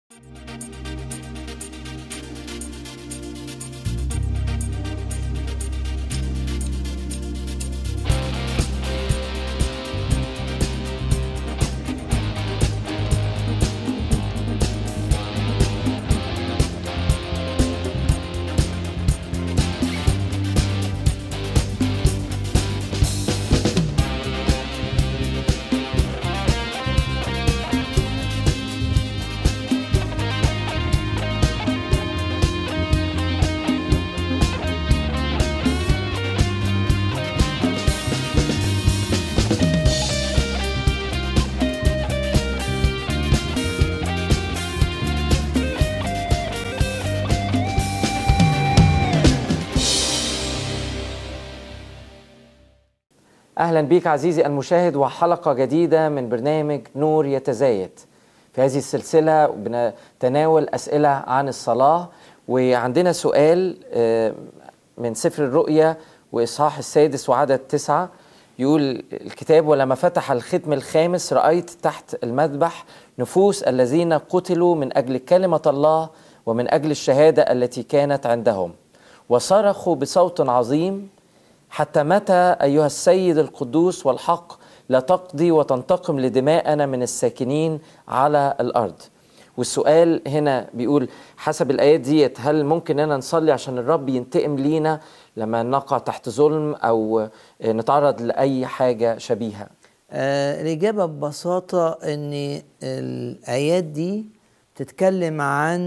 أهلا بيك عزيزي المشاهد وحلقة جديدة من برنامج نور يتزايد. في هذه السلسلة بنتناول أسئلة عن الصلاة، وعندنا سؤال من سفر الرؤيا وإصحاح 6 وعدد 9. يقول الكتاب: ولما فتح الختم الخامس رأيت تحت المذبح نفوس الذين قتلوا من أجل كلمة الله ومن أجل الشهادة التي كانت عندهم، وصرخوا بصوت عظيم: حتى متى أيها السيد القدوس والحق لا تقضي وتنتقم لدماءنا من الساكنين على الأرض؟ والسؤال هنا بيقول حسب الآيات ديت، هل ممكن أن نصلي عشان الرب ينتقم لينا لما نقع تحت ظلم أو نتعرض لأي حاجة شبيهة؟ الإجابة ببساطة أن الآيات دي تتكلم عن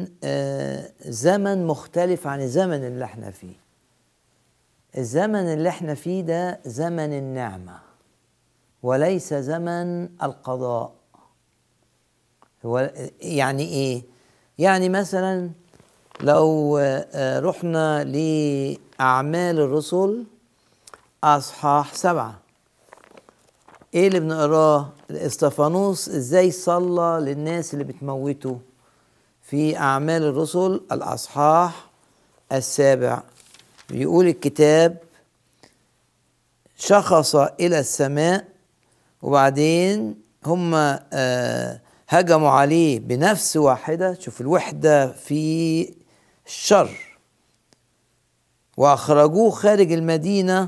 زمن مختلف عن الزمن اللي احنا فيه. الزمن اللي احنا فيه ده زمن النعمة وليس زمن القضاء. يعني ايه؟ يعني مثلا لو رحنا لأعمال الرسل أصحاح 7، ايه اللي بنقراه؟ استفانوس ازاي صلى للناس اللي بتموته في أعمال الرسل الأصحاح 7. بيقول الكتاب: شخص إلى السماء، وبعدين هم هجموا عليه بنفس واحدة. شوف الوحدة في الشر. وأخرجوه خارج المدينة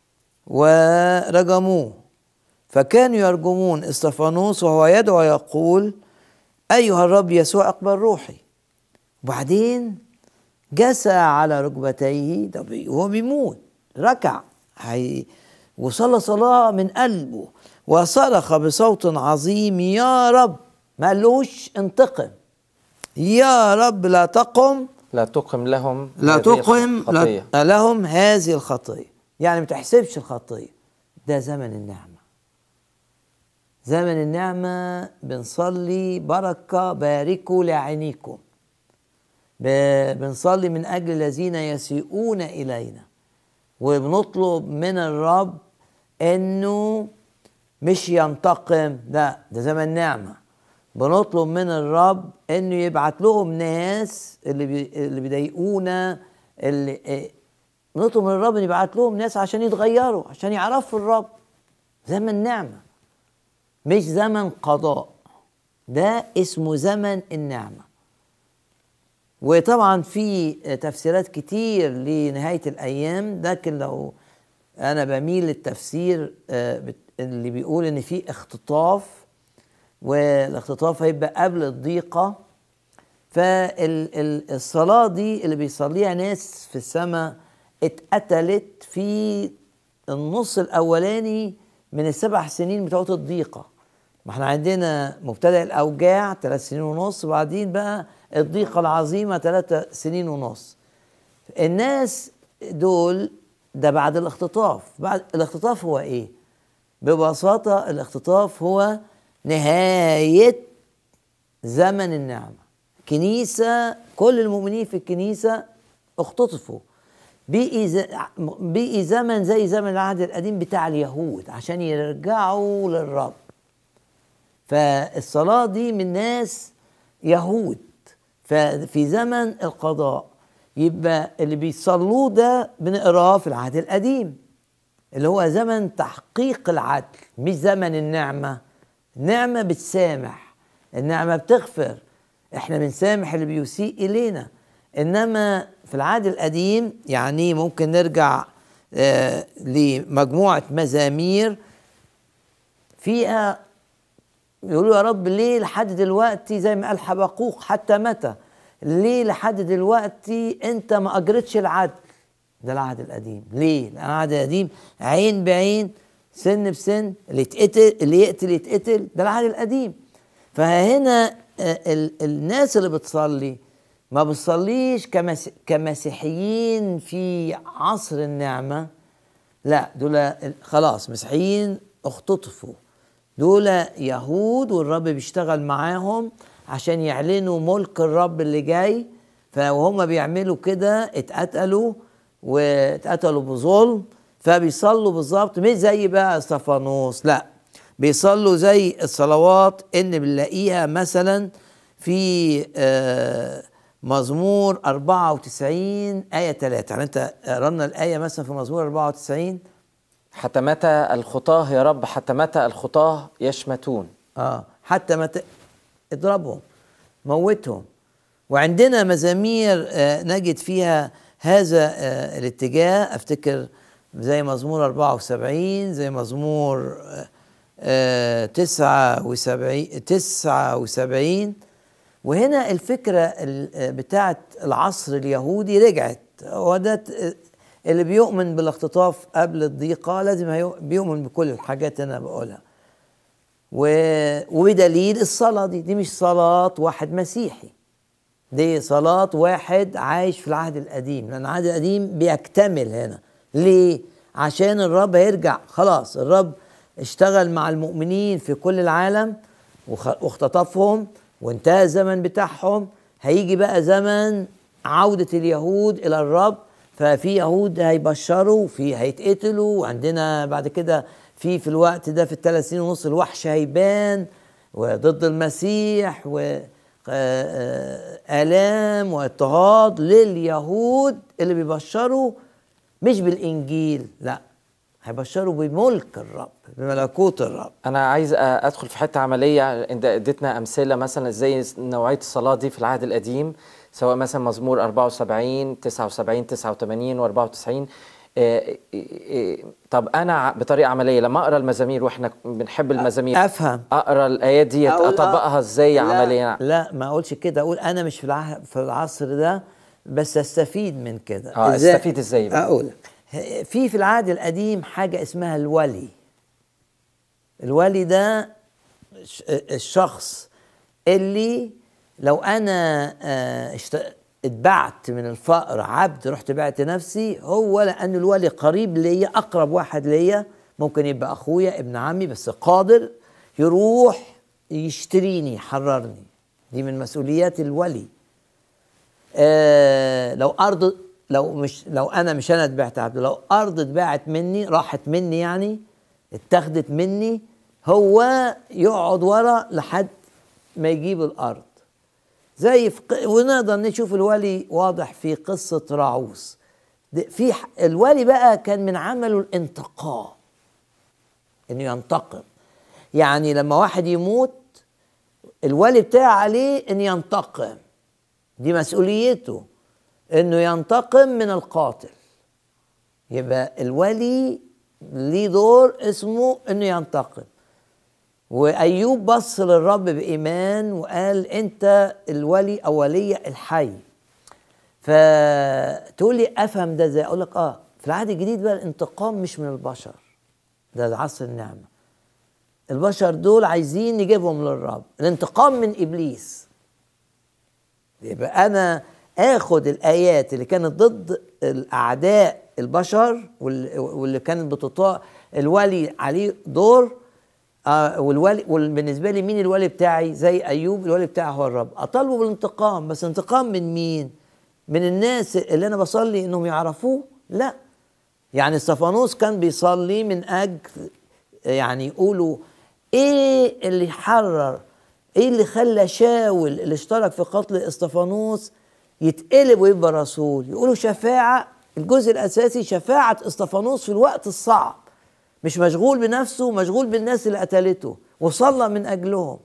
ورجموه، فكانوا يرجمون استفانوس وهو يدعو يقول: أيها الرب يسوع اقبل روحي. وبعدين جسى على ركبتيه وهو بيموت، ركع وصلى صلاة من قلبه وصرخ بصوت عظيم: يا رب، ما قالوش انتقم، يا رب لا تقم لهم هذه الخطية. يعني ما تحسبش الخطية. ده زمن النعمة. زمن النعمة بنصلي بركة باركوا لعينيكم، بنصلي من أجل الذين يسيئون إلينا، وبنطلب من الرب أنه مش ينتقم، لا، ده زمن نعمة. بنطلب من الرب أنه يبعت لهم ناس اللي بيضايقونا، نطلب من الرب أن يبعت لهم ناس عشان يتغيروا، عشان يعرفوا الرب. زمن نعمة مش زمن قضاء، ده اسمه زمن النعمة. وطبعا في تفسيرات كتير لنهاية الأيام، لكن لو أنا بميل للتفسير اللي بيقول إن في اختطاف، والاختطاف هيبقى قبل الضيقة. فالصلاة دي اللي بيصليها ناس في السماء اتقتلت في النص الأولاني من ال7 سنين بتوع الضيقة. ما احنا عندنا مبتدأ الأوجاع 3 سنين ونص، وبعدين بقى الضيقة العظيمة 3 سنين ونص. الناس دول ده بعد الاختطاف. بعد الاختطاف هو ايه؟ ببساطة الاختطاف هو نهاية زمن النعمة. كنيسة، كل المؤمنين في الكنيسة اختطفوا. بقي زمن زي زمن العهد القديم بتاع اليهود عشان يرجعوا للرب. فالصلاة دي من ناس يهود ففي زمن القضاء. يبقى اللي بيصلوه ده بنقراه في العهد القديم، اللي هو زمن تحقيق العدل، مش زمن النعمة. النعمة بتسامح، النعمة بتغفر، احنا بنسامح اللي بيسيء الينا. انما في العهد القديم يعني ممكن نرجع لمجموعة مزامير فيها يقولوا يا رب ليه لحد دلوقتي، زي ما قال حبقوق حتى متى، ليه لحد دلوقتي انت ما اجرتش العدل؟ ده العهد القديم. ليه؟ لان العهد القديم عين بعين سن بسن، اللي يقتل يتقتل، ده العهد القديم. فهنا الناس اللي بتصلي ما بتصليش كمسيحيين في عصر النعمة، لا، دول خلاص مسيحيين اختطفوا، دول يهود والرب بيشتغل معاهم عشان يعلنوا ملك الرب اللي جاي. فهم بيعملوا كده اتقتلوا بظلم، فبيصلوا بالظبط مش زي بقى استفانوس، لا، بيصلوا زي الصلوات ان بنلاقيها مثلا في مزمور 94 آية 3. يعني انت قرأنا الآية مثلا في مزمور 94: حتى متى الخطاه يا رب، حتى متى الخطاه يشمتون. حتى متى، اضربهم موتهم. وعندنا مزامير نجد فيها هذا الاتجاه، افتكر زي مزمور 74، زي مزمور 79. وهنا الفكرة بتاعت العصر اليهودي رجعت. وده اللي بيؤمن بالاختطاف قبل الضيقة لازم بيؤمن بكل الحاجات اللي أنا بقولها. وبدليل الصلاة دي مش صلاة واحد مسيحي، دي صلاة واحد عايش في العهد القديم، لأن العهد القديم بيكتمل هنا. ليه؟ عشان الرب هيرجع خلاص. الرب اشتغل مع المؤمنين في كل العالم واختطفهم وانتهى الزمن بتاعهم. هيجي بقى زمن عودة اليهود إلى الرب، ففي يهود هيبشروا، في هيتقتلوا، وعندنا بعد كده في الوقت ده في ال3 سنين ونص الوحش هيبان وضد المسيح، وآلام واضطهاد لليهود اللي بيبشروا مش بالإنجيل، لا، هيبشروا بملك الرب، بملكوت الرب. أنا عايز أدخل في حتة عملية. أنت اديتنا أمثلة مثلا إزاي نوعية الصلاة دي في العهد القديم، سواء مثلا مزمور 74 79 89 و94. طب أنا بطريقة عملية لما أقرأ المزامير، وإحنا بنحب المزامير، أفهم أقرأ الآيات دي أطبقها إزاي عمليا؟ لا، ما أقولش كده، أقول أنا مش في العصر ده، بس أستفيد من كده. أستفيد إزاي بقى؟ أقول في العهد القديم حاجة اسمها الولي. الولي ده الشخص اللي لو أنا اتبعت من الفقر عبد، رحت بعت نفسي، هو لأن الولي قريب ليا، أقرب واحد ليا، ممكن يبقى أخويا ابن عمي، بس قادر يروح يشتريني يحررني. دي من مسؤوليات الولي. لو أنا مش أنا اتبعت عبد، لو أرض اتباعت مني، راحت مني يعني اتخذت مني، هو يقعد ورا لحد ما يجيب الأرض. ونقدر نشوف الولي واضح في قصة راعوث. في الولي بقى كان من عمله الانتقام، انه ينتقم. يعني لما واحد يموت الولي بتاعه عليه ان ينتقم، دي مسؤوليته، انه ينتقم من القاتل. يبقى الولي ليه دور اسمه انه ينتقم. وأيوب بص للرب بإيمان وقال أنت الولي أو ولي الحي. فتقول لي أفهم ده ازاي؟ أقول لك في العهد الجديد بقى الانتقام مش من البشر، ده عصر النعمة. البشر دول عايزين نجيبهم للرب، الانتقام من إبليس. يبقى أنا آخد الآيات اللي كانت ضد الأعداء البشر واللي كانت بتطاع الولي عليه دور، والولي، وبالنسبه لي مين الولي بتاعي؟ زي ايوب الولي بتاعي هو الرب. اطالبه بالانتقام، بس انتقام من مين؟ من الناس اللي انا بصلي انهم يعرفوه؟ لا. يعني استفانوس كان بيصلي من اجل يعني يقولوا ايه اللي حرر، ايه اللي خلى شاول اللي اشترك في قتل استفانوس يتقلب ويبقى رسول. يقولوا شفاعه، الجزء الاساسي شفاعه استفانوس في الوقت الصعب، مش مشغول بنفسه، مشغول بالناس اللي قتلته وصلى من أجلهم.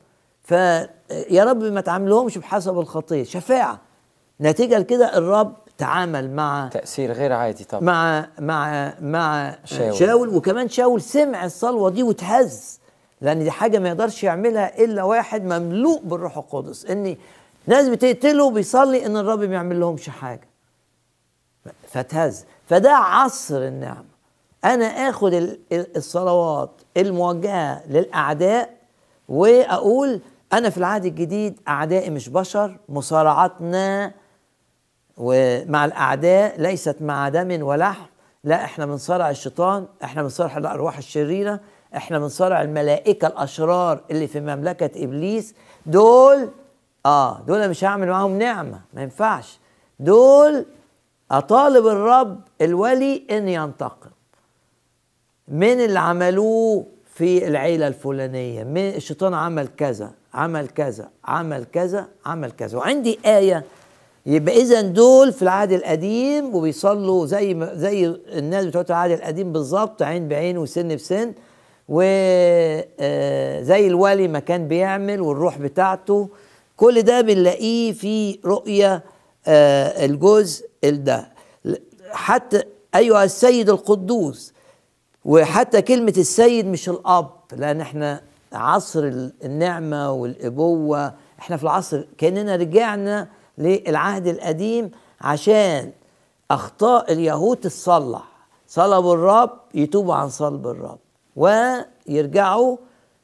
فيا رب ما تعاملهمش بحسب الخطيه. شفاعه نتيجه لكده الرب تعامل مع تأثير غير عادي طبعا مع شاول. وكمان شاول سمع الصلوه دي واتهز، لان دي حاجه ما يقدرش يعملها الا واحد مملوء بالروح القدس. ان ناس بتقتله بيصلي ان الرب ما يعمل لهمش حاجه، فاتهز. فده عصر النعمه. انا اخد الصلوات الموجهه للاعداء واقول انا في العهد الجديد اعدائي مش بشر، مصارعتنا ومع الاعداء ليست مع دم ولحم، لا احنا بنصارع الشيطان، احنا بنصارع الارواح الشريره، احنا بنصارع الملائكه الاشرار اللي في مملكه ابليس. دول مش هعمل معاهم نعمه، ما ينفعش. دول اطالب الرب الولي ان ينتقم من اللي عملوه في العيله الفلانيه، من الشيطان عمل كذا عمل كذا عمل كذا عمل كذا. وعندي ايه يبقى اذا دول في العهد القديم وبيصلوا زي الناس بتوع العهد القديم بالظبط، عين بعين وسن بسن، وزي الولي ما كان بيعمل والروح بتاعته. كل ده بنلاقيه في رؤية الجزء ده. حتى أيها السيد القدوس، وحتى كلمة السيد مش الأب، لأن احنا عصر النعمة والأبوة، احنا في العصر كأننا رجعنا للعهد القديم عشان أخطاء اليهود تصلح. صلبوا الرب يتوبوا عن صلب الرب ويرجعوا،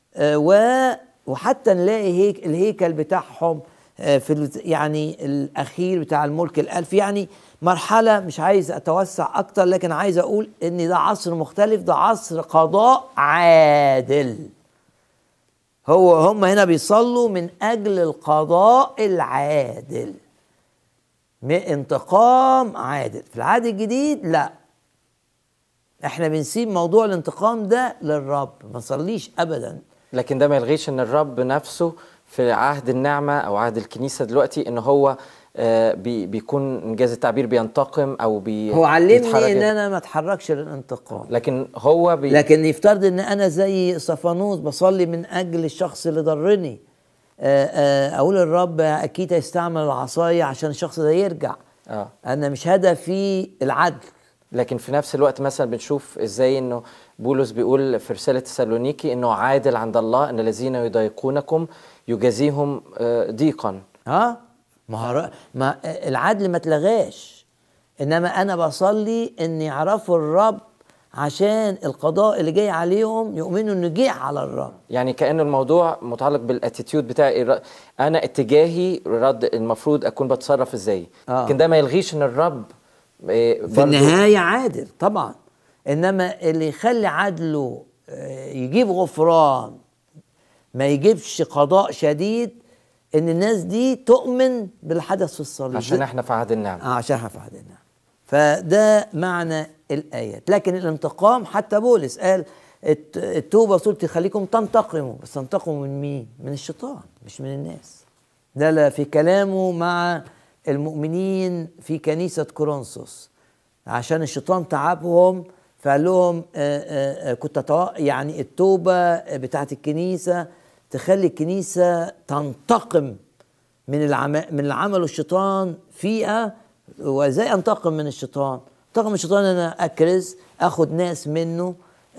وحتى نلاقي الهيكل بتاعهم في يعني الأخير بتاع الملك الألف. يعني مرحلة مش عايز أتوسع أكتر، لكن عايز أقول إن ده عصر مختلف، ده عصر قضاء عادل. هم هنا بيصلوا من أجل القضاء العادل، من انتقام عادل. في العهد الجديد لا، احنا بنسيب موضوع الانتقام ده للرب، ما نصليش ابدا. لكن ده ما يلغيش ان الرب نفسه في عهد النعمة او عهد الكنيسة دلوقتي ان هو بيكون انجاز التعبير بينتقم او هو علمني ان انا ما اتحركش للانتقام، لكن هو لكن يفترض ان انا زي صفانوس بصلي من اجل الشخص اللي ضرني، اقول الرب اكيد هيستعمل العصاية عشان الشخص ده يرجع. انا مش هدفي العدل. لكن في نفس الوقت مثلا بنشوف ازاي انه بولس بيقول في رسالة تسالونيكي انه عادل عند الله ان الذين يضايقونكم يجازيهم ضيقا. ما العدل ما اتلغاش، انما انا بصلي ان يعرفوا الرب عشان القضاء اللي جاي عليهم يؤمنوا انه جه على الرب. يعني كأن الموضوع متعلق بالاتيتيود بتاعي، انا اتجاهي رد المفروض اكون بتصرف ازاي. لكن ده ما يلغيش ان الرب في النهاية عادل طبعا، انما اللي يخلي عدله يجيب غفران ما يجيبش قضاء شديد، ان الناس دي تؤمن بالحدث في الصليب عشان احنا في عهد النعمة. عشان احنا في عهد النعمة. فده معنى الآيات. لكن الانتقام حتى بولس قال التوبة صورتي خليكم تنتقموا، بس تنتقموا من مين؟ من الشيطان مش من الناس. ده في كلامه مع المؤمنين في كنيسة كورنثوس عشان الشيطان تعبهم، فقال لهم يعني التوبة بتاعت الكنيسة تخلي الكنيسة تنتقم من اللي عمله الشيطان فيها. وازاي انتقم من الشيطان؟ انتقم من الشيطان انا اكرز، اخد ناس منه،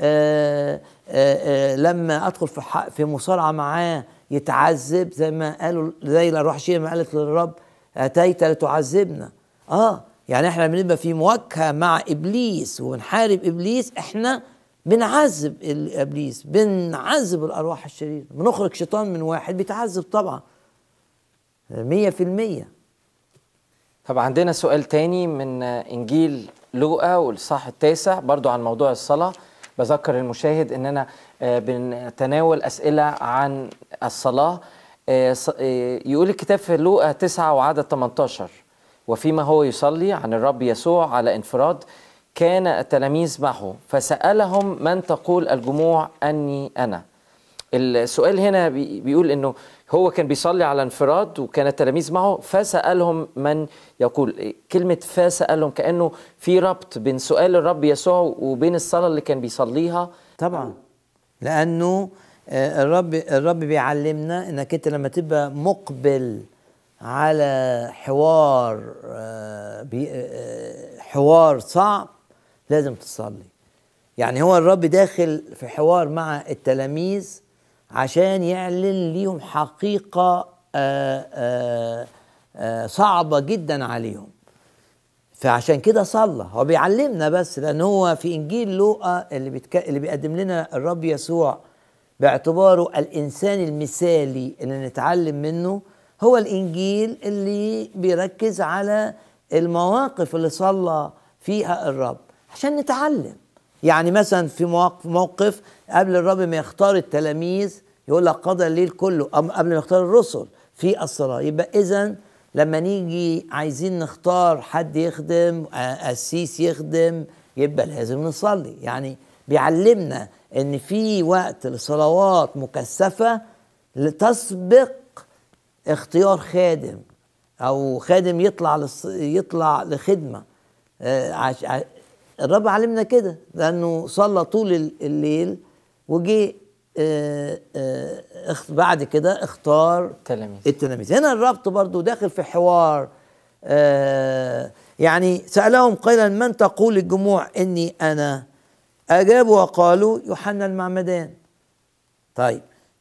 لما ادخل في مصارعة معاه يتعذب، زي ما قالوا، زي الارواح الشريرة ما قالت للرب اتيت لتعذبنا. يعني احنا بنبقى في مواجهة مع ابليس وبنحارب ابليس، احنا بنعذب ابليس، بنعذب الارواح الشريرة، بنخرج شيطان من واحد بيتعذب طبعا 100%. طب عندنا سؤال تاني من انجيل لوقا والإصحاح 9 برضو عن موضوع الصلاة. بذكر المشاهد اننا بنتناول اسئلة عن الصلاة. يقول الكتاب في لوقا 9 وعدد 18: وفيما هو يصلي عن الرب يسوع على انفراد كان التلاميذ معه فسألهم من تقول الجموع أني أنا. السؤال هنا بيقول انه هو كان بيصلي على انفراد وكان التلاميذ معه فسألهم من يقول. كلمة فسألهم كأنه في ربط بين سؤال الرب يسوع وبين الصلاة اللي كان بيصليها. طبعا لأنه الرب بيعلمنا انك انت لما تبقى مقبل على حوار صعب لازم تصلي. يعني هو الرب داخل في حوار مع التلاميذ عشان يعلن ليهم حقيقة صعبة جدا عليهم، فعشان كده صلى. هو بيعلمنا بس، لأن هو في إنجيل لوقا اللي بيقدم لنا الرب يسوع باعتباره الإنسان المثالي اللي نتعلم منه، هو الإنجيل اللي بيركز على المواقف اللي صلى فيها الرب عشان نتعلم. يعني مثلا في موقف قبل الرب ما يختار التلاميذ يقول لك قضى الليل كله، قبل ما يختار الرسل في الصلاة. يبقى إذن لما نيجي عايزين نختار حد يخدم، قسيس يخدم، يبقى لازم نصلي. يعني بيعلمنا ان في وقت لصلوات مكثفة لتسبق اختيار خادم او خادم يطلع لخدمة. الرب علمنا كده لانه صلى طول الليل وجي بعد كده اختار التلاميذ. هنا الربط برضو داخل في حوار. يعني سألهم قائلا من تقول الجموع اني انا؟ اجابوا وقالوا يوحنا المعمدان. طيب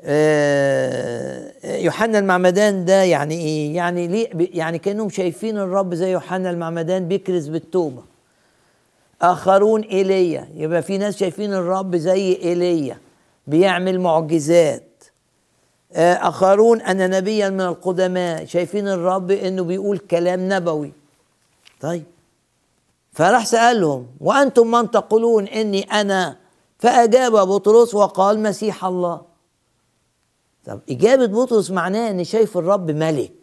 يوحنا المعمدان ده يعني ايه؟ يعني ليه؟ يعني كانهم شايفين الرب زي يوحنا المعمدان بيكرز بالتوبة. اخرون ايليا، يبقى في ناس شايفين الرب زي ايليا بيعمل معجزات. اخرون ان نبيا من القدماء، شايفين الرب انه بيقول كلام نبوي. طيب فراح سألهم وانتم من تقولون اني انا؟ فاجاب بطرس وقال مسيح الله. طب اجابة بطرس معناه ان شايف الرب ملك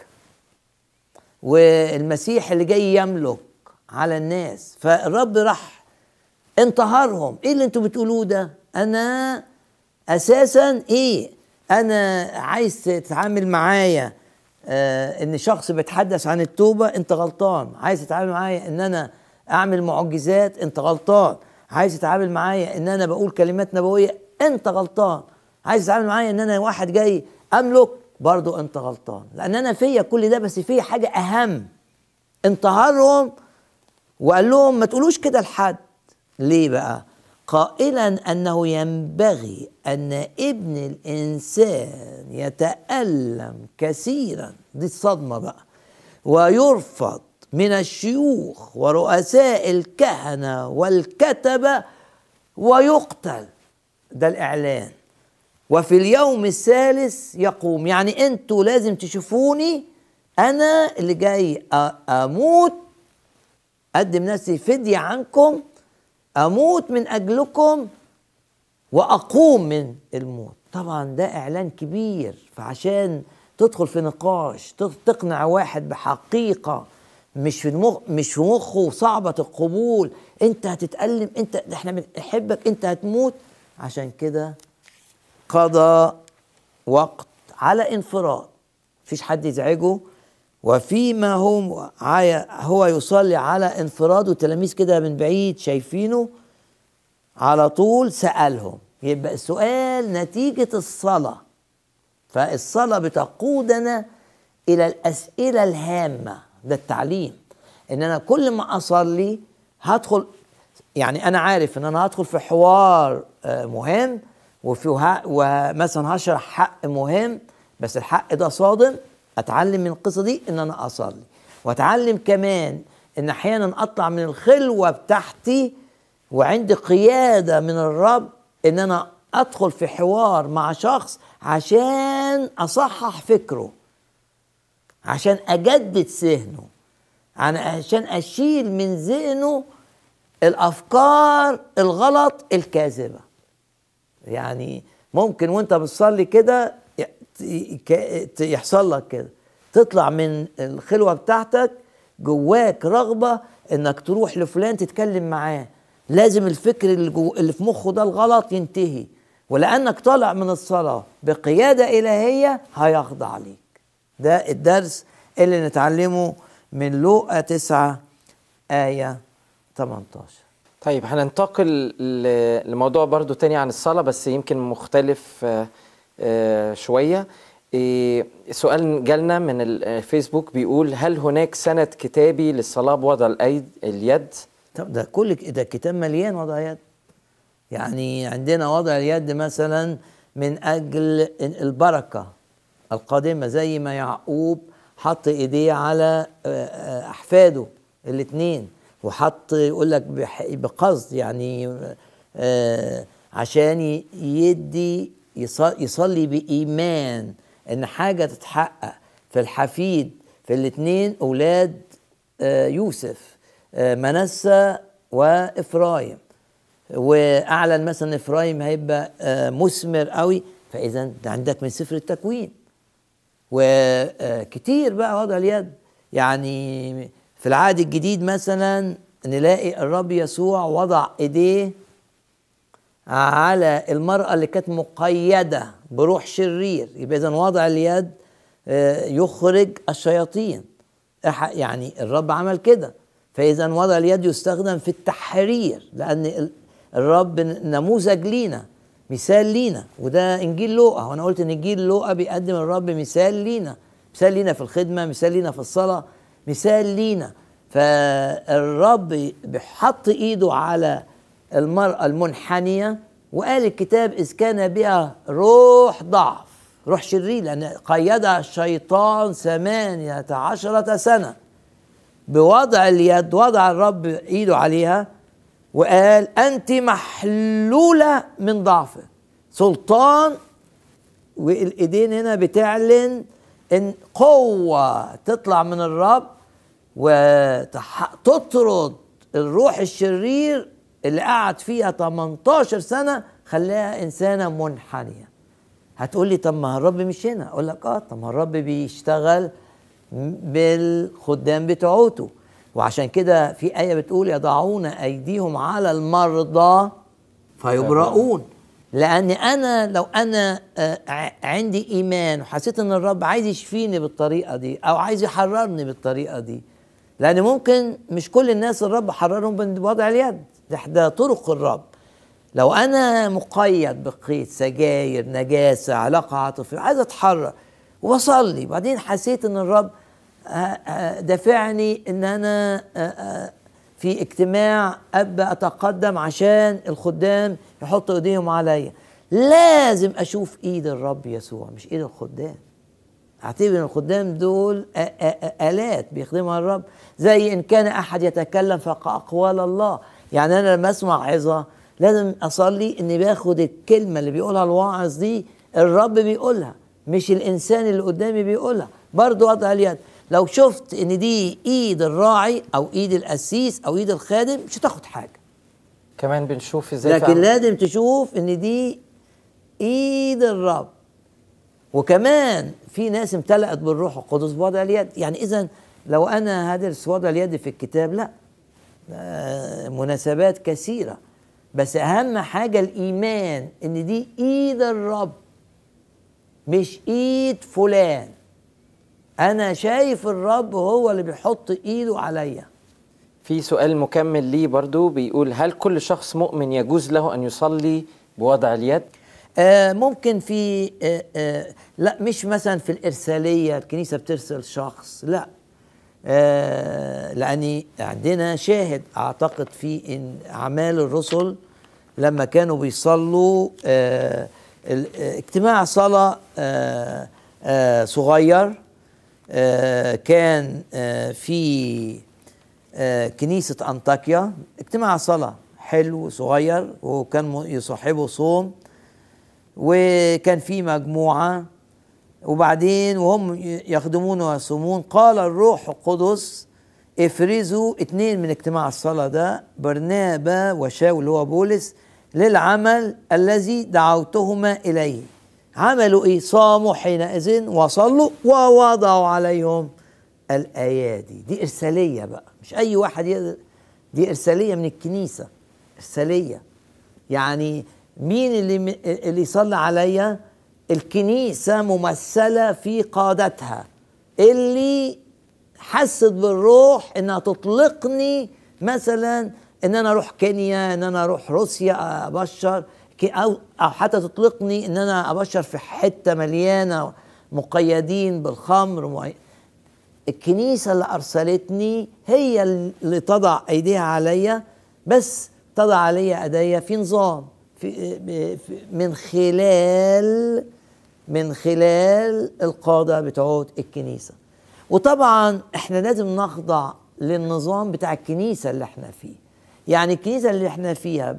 والمسيح اللي جاي يملك على الناس. فالرب راح انتهرهم، ايه اللي انتوا بتقولوه ده؟ انا اساسا ايه؟ انا عايز تتعامل معايا ان شخص بيتحدث عن التوبة؟ انت غلطان. عايز تتعامل معايا ان انا اعمل معجزات؟ انت غلطان. عايز تتعامل معايا ان انا بقول كلمات نبوية؟ انت غلطان. عايز تتعامل معايا ان انا واحد جاي املك؟ برضو انت غلطان. لان انا فيا كل ده، بس فيا حاجة اهم. انتهرهم وقال لهم ما تقولوش كده لحد. ليه بقى؟ قائلا أنه ينبغي أن ابن الإنسان يتألم كثيرا، دي الصدمة بقى، ويرفض من الشيوخ ورؤساء الكهنة والكتبة ويقتل، ده الإعلان، وفي اليوم الثالث يقوم. يعني أنتوا لازم تشوفوني أنا اللي جاي أموت، أقدم نفسي فدية عنكم، أموت من أجلكم وأقوم من الموت. طبعا ده إعلان كبير. فعشان تدخل في نقاش تقنع واحد بحقيقة مش في مخه صعبة القبول، أنت هتتألم، إحنا بنحبك، أنت هتموت. عشان كده قضى وقت على انفراد، مفيش حد يزعجه، وفيما هو يصلي على انفراد والتلاميذ كده من بعيد شايفينه، على طول سألهم. يبقى السؤال نتيجة الصلاة. فالصلاة بتقودنا إلى الأسئلة الهامة. ده التعليم، إن أنا كل ما أصلي هدخل، يعني أنا عارف إن أنا هدخل في حوار مهم ومثلا هشرح حق مهم، بس الحق ده صادم. اتعلم من القصه دي ان انا اصلي، واتعلم كمان ان احيانا اطلع من الخلوه بتاعتي وعندي قياده من الرب ان انا ادخل في حوار مع شخص عشان اصحح فكره، عشان اجدد ذهنه، عشان اشيل من ذهنه الافكار الغلط الكاذبه. يعني ممكن وانت بتصلي كده يحصل لك كده، تطلع من الخلوة بتاعتك جواك رغبة انك تروح لفلان تتكلم معاه، لازم الفكر اللي في مخه ده الغلط ينتهي، ولأنك طالع من الصلاة بقيادة إلهية هيخضع ليك. ده الدرس اللي نتعلمه من لوقا 9 آية 18. طيب هننتقل لموضوع برضو تاني عن الصلاة، بس يمكن مختلف شوية. سؤال جالنا من الفيسبوك بيقول: هل هناك سند كتابي للصلاة بوضع اليد؟ طب ده ده الكتاب مليان وضع يد. يعني عندنا وضع اليد مثلا من أجل البركة القادمة، زي ما يعقوب حط إيديه على أحفاده الاثنين، وحط يقول لك بقصد، يعني عشان يصلي بإيمان إن حاجة تتحقق في الحفيد، في الاثنين أولاد يوسف، منسى وإفرايم. واعلن مثلا افرايم هيبقى مثمر قوي، فاذا ده عندك من سفر التكوين. وكتير بقى وضع اليد. يعني في العهد الجديد مثلا نلاقي الرب يسوع وضع ايديه على المرأة اللي كانت مقيدة بروح شرير، يبقى اذا وضع اليد يخرج الشياطين. يعني الرب عمل كده، فاذا وضع اليد يستخدم في التحرير، لان الرب نموذج لينا، مثال لينا. وده انجيل لوقا، وانا قلت ان انجيل لوقا بيقدم الرب مثال لينا، مثال لينا في الخدمه، مثال لينا في الصلاه، مثال لينا. فالرب بيحط ايده على المراه المنحنيه، وقال الكتاب اذ كان بها روح ضعف، روح شرير، لان قيدها الشيطان 18 سنه. بوضع اليد وضع الرب ايده عليها وقال أنت محلولة من ضعف سلطان. والإيدين هنا بتعلن إن قوة تطلع من الرب وتطرد الروح الشرير اللي قعد فيها 18 سنة، خلاها إنسانة منحنية. هتقول لي طب ما الرب مش هنا، أقول لك طب ما الرب بيشتغل بالخدام بتوعته. وعشان كده في آية بتقول يضعون أيديهم على المرضى فيبرؤون. لأن أنا لو أنا عندي إيمان وحسيت أن الرب عايز يشفيني بالطريقة دي أو عايز يحررني بالطريقة دي، لأن ممكن مش كل الناس الرب حررهم بوضع اليد، ده طرق الرب. لو أنا مقيد بقيد سجاير، نجاسة، علاقة عاطفية، عايز أتحرر وبصلي، بعدين حسيت أن الرب دفعني ان انا في اجتماع ابقى اتقدم عشان الخدام يحطوا ايديهم عليا، لازم اشوف ايد الرب يسوع مش ايد الخدام. اعتبر ان الخدام دول آلات بيخدمها الرب، زي ان كان احد يتكلم فكأقوال الله. يعني انا لما اسمع عظة لازم اصلي اني باخد الكلمة اللي بيقولها الواعظ دي الرب بيقولها، مش الانسان اللي قدامي بيقولها. برضو وضع اليد، لو شفت ان دي ايد الراعي او ايد القسيس او ايد الخادم مش هتاخد حاجه. كمان بنشوف ازاي، لكن لازم تشوف ان دي ايد الرب. وكمان في ناس امتلأت بالروح القدس بوضع اليد. يعني اذا لو انا هدرس وضع اليد في الكتاب، لا مناسبات كثيره، بس اهم حاجه الايمان ان دي ايد الرب مش ايد فلان. أنا شايف الرب هو اللي بيحط إيده عليا. في سؤال مكمل ليه برضو بيقول: هل كل شخص مؤمن يجوز له أن يصلي بوضع اليد؟ ممكن في لا، مش مثلا في الإرسالية الكنيسة بترسل شخص، لا. لأن عندنا شاهد أعتقد في إن أعمال الرسل لما كانوا بيصلوا اجتماع صلاة صغير، كان في كنيسة أنطاكيا، اجتماع صلاة حلو صغير، وكان يصاحبه صوم، وكان في مجموعة، وبعدين وهم يخدمون ويصومون قال الروح القدس افرزوا 2 من اجتماع الصلاة ده، برنابا وشاول اللي هو بولس، للعمل الذي دعوتهما إليه. عملوا ايه؟ صاموا حينئذ وصلوا ووضعوا عليهم الايادي. دي ارساليه بقى، مش اي واحد يقدر، دي ارساليه من الكنيسه، ارساليه. يعني مين اللي يصلي عليا؟ الكنيسه ممثله في قادتها اللي حست بالروح انها تطلقني مثلا ان انا اروح كينيا، ان انا اروح روسيا ابشر، او حتى تطلقني ان انا ابشر في حته مليانه مقيدين بالخمر. الكنيسه اللي ارسلتني هي اللي تضع ايديها عليا، بس تضع عليا ايديا في نظام، من خلال القاده بتوع الكنيسه. وطبعا احنا لازم نخضع للنظام بتاع الكنيسه اللي احنا فيه. يعني الكنيسه اللي احنا فيها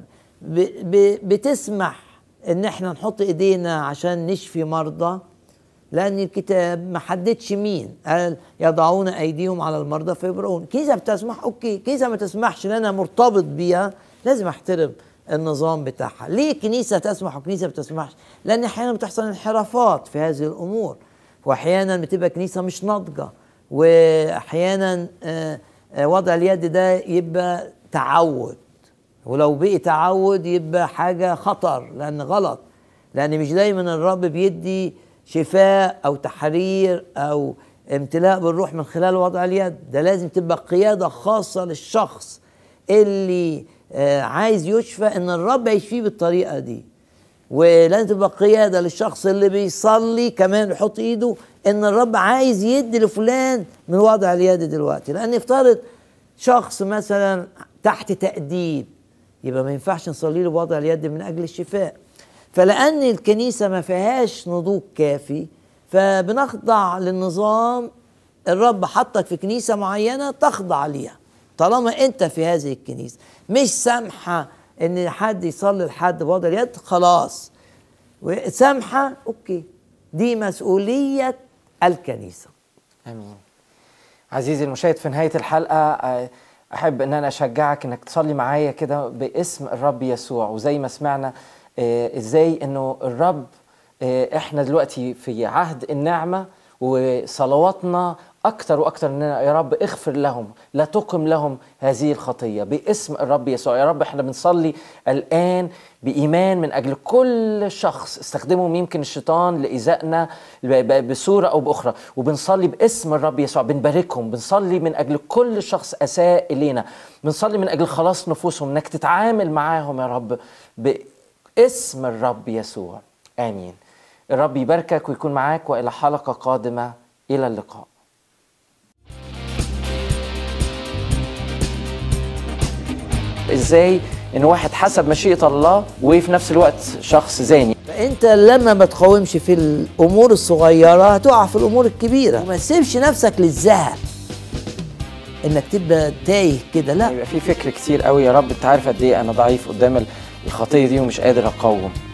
بتسمح ان احنا نحط ايدينا عشان نشفي مرضى، لان الكتاب ما حددش مين، قال يضعون ايديهم على المرضى فيبرؤون. الكنيسه بتسمح، اوكي. الكنيسه ما تسمحش لان انا مرتبط بيها، لازم احترم النظام بتاعها. ليه الكنيسه تسمح والكنيسه ما بتسمحش؟ لان احيانا بتحصل انحرافات في هذه الامور، واحيانا بتبقى كنيسه مش ناضجه، واحيانا وضع اليد ده يبقى تعود، ولو بقي تعود يبقى حاجه خطر، لان غلط. لان مش دايما الرب بيدي شفاء او تحرير او امتلاء بالروح من خلال وضع اليد. ده لازم تبقى قياده خاصه للشخص اللي عايز يشفى، ان الرب يشفيه بالطريقه دي. ولازم تبقى قياده للشخص اللي بيصلي كمان يحط ايده ان الرب عايز يدي لفلان من وضع اليد دلوقتي. لان يفترض شخص مثلا تحت تأديب، يبقى ما ينفعش نصلي له بوضع اليد من اجل الشفاء. فلان الكنيسه ما فيهاش نضوج كافي، فبنخضع للنظام. الرب حطك في كنيسه معينه تخضع ليها، طالما انت في هذه الكنيسه مش سامحه ان حد يصلي لحد بوضع اليد، خلاص سامحه، اوكي، دي مسؤوليه الكنيسه. امين. عزيزي المشاهد، في نهايه الحلقه احب ان انا اشجعك انك تصلي معايا كده باسم الرب يسوع. وزي ما سمعنا ازاي انه الرب، احنا دلوقتي في عهد النعمه، وصلواتنا اكتر واكتر اننا يا رب اغفر لهم، لا تقم لهم هذه الخطيه باسم الرب يسوع. يا رب احنا بنصلي الان بايمان من اجل كل شخص استخدمهم يمكن الشيطان لايذائنا بصوره او باخرى، وبنصلي باسم الرب يسوع، بنباركهم، بنصلي من اجل كل شخص اساء الينا، بنصلي من اجل خلاص نفوسهم، انك تتعامل معاهم يا رب باسم الرب يسوع. امين. الرب يباركك ويكون معاك، والى حلقه قادمه، الى اللقاء. ازاي ان واحد حسب مشيئة الله وفي نفس الوقت شخص زاني؟ فانت لما ما تقاومش في الامور الصغيره هتقع في الامور الكبيره. وما تسيبش نفسك للزهق انك تبقى تايه كده، لا، يبقى في فكر كتير قوي. يا رب انت عارف قد ايه انا ضعيف قدام الخطيه دي ومش قادر اقاوم.